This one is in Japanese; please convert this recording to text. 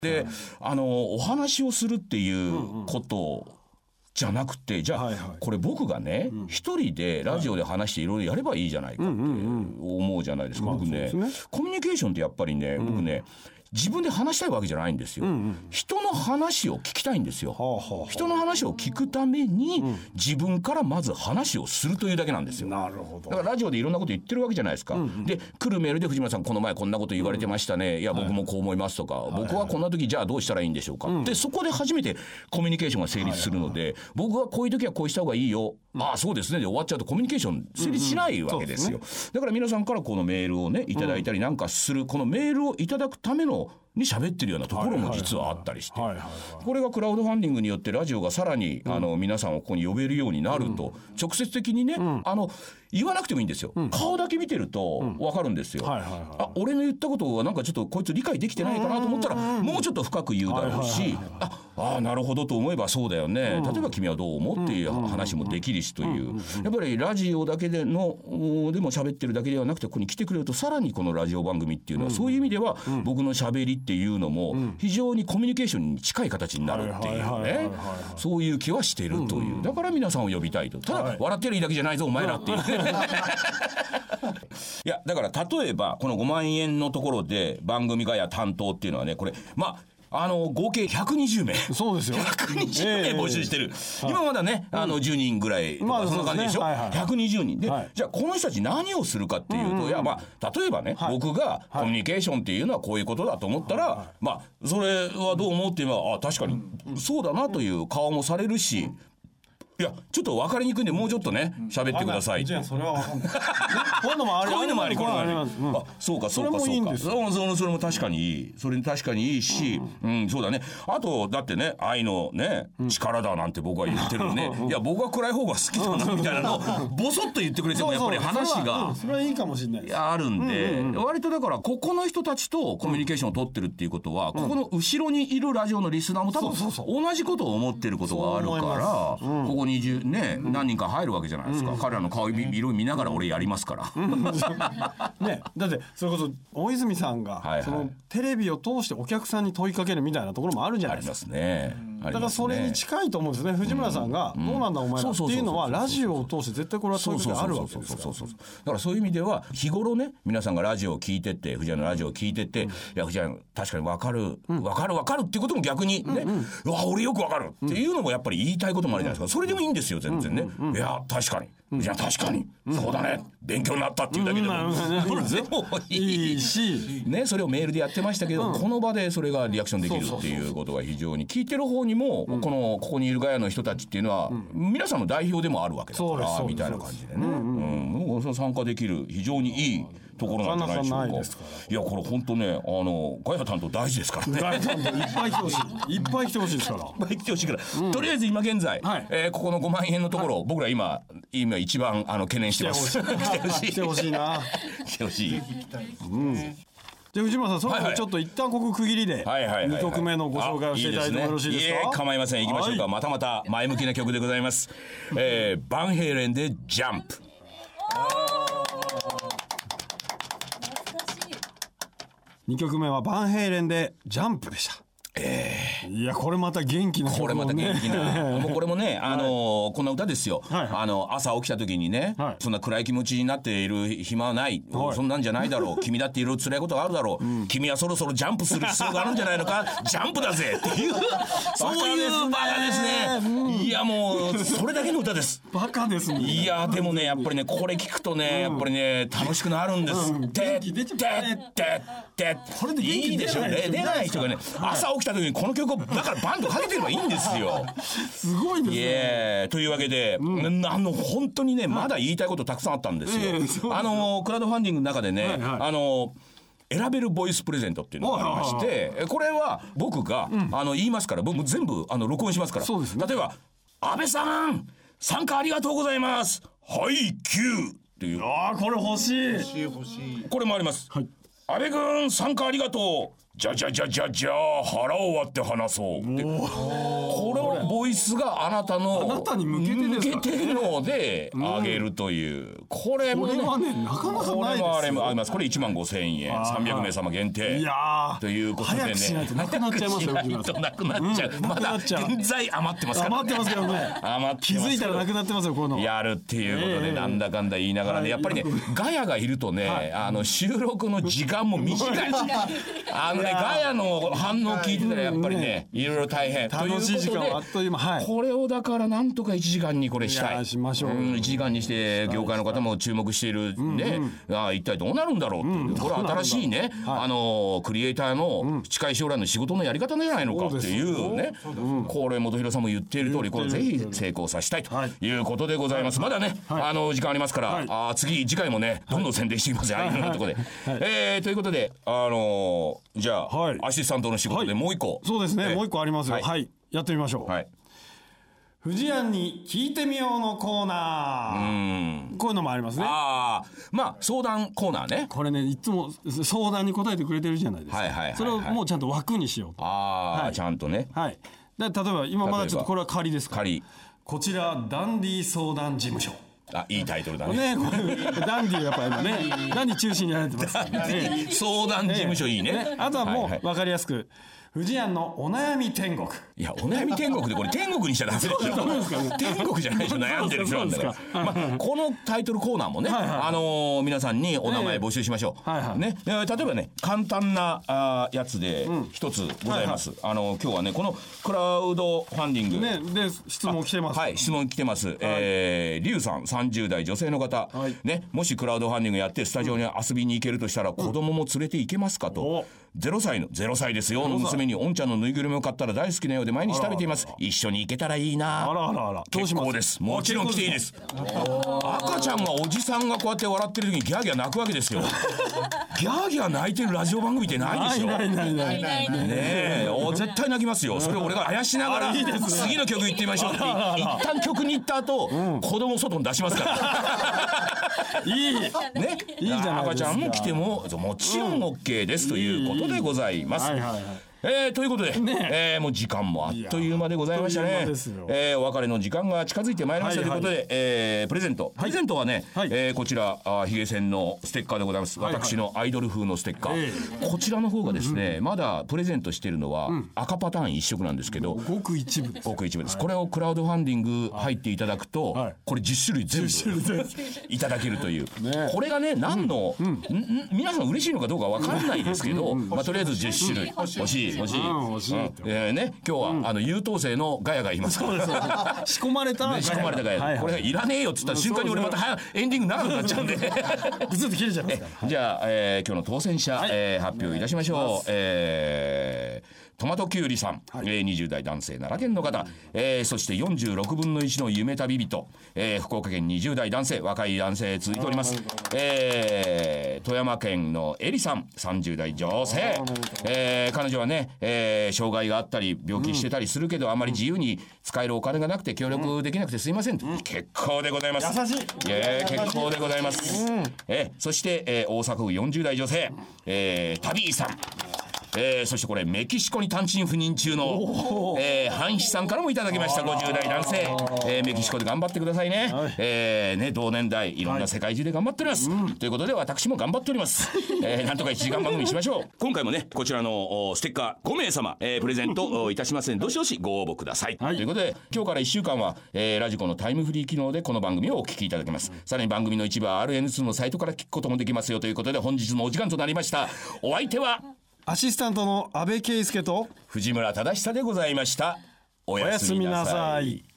で、お話をするっていうことじゃなくて、じゃあ、これ僕がね一人でラジオで話していろいろやればいいじゃないかって思うじゃないですか。僕ね、コミュニケーションってやっぱりね、僕ね自分で話したいわけじゃないんですよ、人の話を聞きたいんですよ、人の話を聞くために自分からまず話をするというだけなんですよ。 なるほど。 だからラジオでいろんなこと言ってるわけじゃないですか、で来るメールで藤村さんこの前こんなこと言われてましたね、いや僕もこう思いますとか、僕はこんな時じゃあどうしたらいいんでしょうか、でそこで初めてコミュニケーションが成立するので、僕はこういう時はこうした方がいいよ、ああそうですねで終わっちゃうとコミュニケーション成立しないわけですよ、だから皆さんからこのメールをねいただいたりなんかする、このメールをいただくためのに喋ってるようなところも実はあったりして、これがクラウドファンディングによってラジオがさらに皆さんをここに呼べるようになると、直接的にね言わなくてもいいんですよ、顔だけ見てると分かるんですよ、あ俺の言ったことはなんかちょっとこいつ理解できてないかなと思ったらもうちょっと深く言うだろうし、あなるほどと思えばそうだよね、例えば君はどう思っていう話もできるしという、やっぱりラジオだけでも喋ってるだけではなくてここに来てくれるとさらにこのラジオ番組っていうのはそういう意味では僕の喋りっていうのも非常にコミュニケーションに近い形になるっていうね、そういう気はしてるという、だから皆さんを呼びたいと、ただ笑ってるだけじゃないぞお前らっていういやだから例えばこの5万円のところで番組ガヤ担当っていうのはね、これ合計120名そうですよ 120名募集してる、今まだね10人ぐらいとかそんな感じでしょ、120人で、じゃあこの人たち何をするかっていうと、いや例えばね、僕がコミュニケーションっていうのはこういうことだと思ったら、それはどう思うって言えば確かにそうだなという顔もされるし、いやちょっと分かりにくいんでもうちょっとね喋ってください。 じゃあそれは分かんないこういうのもあり、 こういうのもあり、こういうのもあり、そうかそうかそうか、それも確かにいい、それ確かにいいし、そうだね。あとだってね愛のね力だなんて僕は言ってるね、いや僕は暗い方が好きだなみたいなのをボソッと言ってくれてもやっぱり話がそれはいいかもしれないです、 あるんで、割とだからここの人たちとコミュニケーションを取ってるっていうことは、ここの後ろにいるラジオのリスナーも多分同じことを思ってることがあるから、ここに何人か入るわけじゃないですか、彼らの顔色見ながら俺やりますからね、だってそれこそ大泉さんがそのテレビを通してお客さんに問いかけるみたいなところもあるじゃないですか。 ありますね。 だからそれに近いと思うんですね、藤村さんがどうなんだお前らっていうのはラジオを通して絶対これは問いかけあるわけですから、だからそういう意味では日頃ね皆さんがラジオを聞いてて、藤原のラジオを聞いてて、いや藤原確かに分かるっていうことも逆にね、俺よく分かるっていうのもやっぱり言いたいこともあるじゃないですか。それでもいいんですよ全然ね、いや確かに、じゃあ確かに、そうだね勉強になったっていうだけでも、いいしね、それをメールでやってましたけど、この場でそれがリアクションできるっていうことが非常に聞いてる方にも、ここにいるガヤの人たちっていうのは、皆さんの代表でもあるわけだからみたいな感じでね、参加できる非常にいいところなんじゃないでしょうか。いやこれ本当ねガヤ担当大事ですからね。 ガヤ担当いっぱい来てほしい、いっぱい来てほしいですから。 いっぱい来てほしいから、とりあえず今現在、ここの5万円のところ、僕ら今一番懸念してます。 来てほしいな。 来てほしい。 じゃあ藤村さん、そろそろちょっと一旦ここ区切りで2曲目のご紹介をしていただいてもよろしいですか。 構いません、行きましょうか。また前向きな曲でございます。バンヘイレンでジャンプ。 2曲目はバンヘイレンでジャンプでした。いやこれまた元気な曲、 これまた元気なもうこれもねこんな歌ですよ、朝起きた時にね、そんな暗い気持ちになっている暇はない、そんなんじゃないだろう、君だっていろいろ辛いことがあるだろう、君はそろそろジャンプする必要があるんじゃないのかジャンプだぜっていうそういうバカですね、いやもうそれだけの歌です。 バカですね。 いやでもねやっぱりねこれ聞くとね、やっぱりね楽しくなるんです。 元気出ちゃうね。 これでいいでしょうね。出ない人がね朝起きた時にこの曲をだからバンドかけてればいいんですよ。 すごいですね。 というわけで、本当にねまだ言いたいことたくさんあったんですよ。クラウドファンディングの中でね、選べるボイスプレゼントっていうのがありまして、これは僕が言いますから、僕も全部録音しますから。例えば安倍さん参加ありがとうございます、はいキューっていう、 これ欲しい。 これもあります。安倍君参加ありがとう、 じゃ腹を割って話そうってこれをボイスがあなたに向けてるのであげるというこれもねなかなかないですよ。 これもあります。これ15,000円300名様限定ということでね早くしないとなくなっちゃいますよ。 なくなっちゃうまだ現在余ってますから余ってますけどね気づいたらなくなってますよこのやるっていうことでなんだかんだ言いながらねやっぱりねガヤがいるとね収録の時間も短いガヤの反応聞いてたらやっぱりねいろいろ大変ということで楽しい時間はあっという間これをだからなんとか1時間にこれしたいしましょう 1時間にして業界の方も注目しているね一体どうなるんだろうっていうこれは新しいねクリエイターの近い将来の仕事のやり方じゃないのかっていうねこれ本広さんも言っている通りこれぜひ成功させたいということでございます。まだね時間ありますから次回もねどんどん宣伝していきますよいろんなところでということでじゃあアシスタントの仕事でもう一個そうですねもう一個ありますよはいやってみましょうフジアンに聞いてみようのコーナーこういうのもありますね相談コーナーねこれねいつも相談に答えてくれてるじゃないですかそれをもうちゃんと枠にしようとちゃんとねはい例えば今まだちょっとこれは仮ですからこちらダンディ相談事務所いいタイトルだね。 ダンディやっぱ今ねダンディ中心にやられてます相談事務所いいね。 あとはもう分かりやすくフジアンのお悩み天国。 いやお悩み天国でこれ天国にしちゃダメでしょ。天国じゃないでしょ悩んでる人なんだからこのタイトルコーナーもね皆さんにお名前募集しましょうね。例えばね簡単なやつで一つございます。今日はねこのクラウドファンディングで質問来てます。 質問来てます。リュウさん30代女性の方ねもしクラウドファンディングやってスタジオに遊びに行けるとしたら子供も連れて行けますかと。0歳ですよの娘におんちゃんのぬいぐるみを買ったら大好きなようで毎日食べています。一緒に行けたらいいな。結構です。もちろん来ていいです。赤ちゃんがおじさんがこうやって笑ってる時にギャーギャー泣くわけですよ。ギャーギャー泣いてるラジオ番組ってないでしょ。ね絶対泣きますよ。それを俺があやしながら次の曲行ってみましょうって一旦曲に行った後子供外に出しますからいいねいいじゃないですか。赤ちゃんも来てももちろん OK ですということでございます。ということで、もう時間もあっという間でございましたね。お別れの時間が近づいてまいりましたということで、プレゼントはね、こちらヒゲセンのステッカーでございます。私のアイドル風のステッカー、こちらの方がですね、まだプレゼントしているのは赤パターン一色なんですけど、 ごく一部です。 これをクラウドファンディング入っていただくと、これ10種類全部いただけるという、これがね何の皆さん嬉しいのかどうか分かんないですけど、とりあえず10種類欲しい。ね、今日は優等生のガヤがいますから仕込まれたガヤ、これがいらねえよっつった瞬間に俺またエンディング長くなっちゃうんでブツッと切れちゃいますから。 じゃあ今日の当選者発表いたしましょう。トマトキュウリさん、20代男性奈良県の方、そして46分の1の夢旅人、福岡県20代男性若い男性続いております。富山県のエリさん30代女性、彼女はね、障害があったり病気してたりするけど、あまり自由に使えるお金がなくて協力できなくてすいません、結構でございます。 優しい。 結構でございます。そして、大阪府40代女性、タビーさん、そしてこれメキシコに単身赴任中のハンヒさんからもいただきました。50代男性、メキシコで頑張ってくださいね。同年代いろんな世界中で頑張っております、ということで私も頑張っております、なんとか1時間番組にしましょう。今回もねこちらのステッカー5名様、プレゼントいたしますのでどしどしご応募ください、ということで今日から1週間は、ラジコのタイムフリー機能でこの番組をお聞きいただけます。さらに番組の一部は RN2 のサイトから聞くこともできますよということで本日もお時間となりました。お相手はアシスタントの安倍圭介と藤村忠久でございました。おやすみなさい。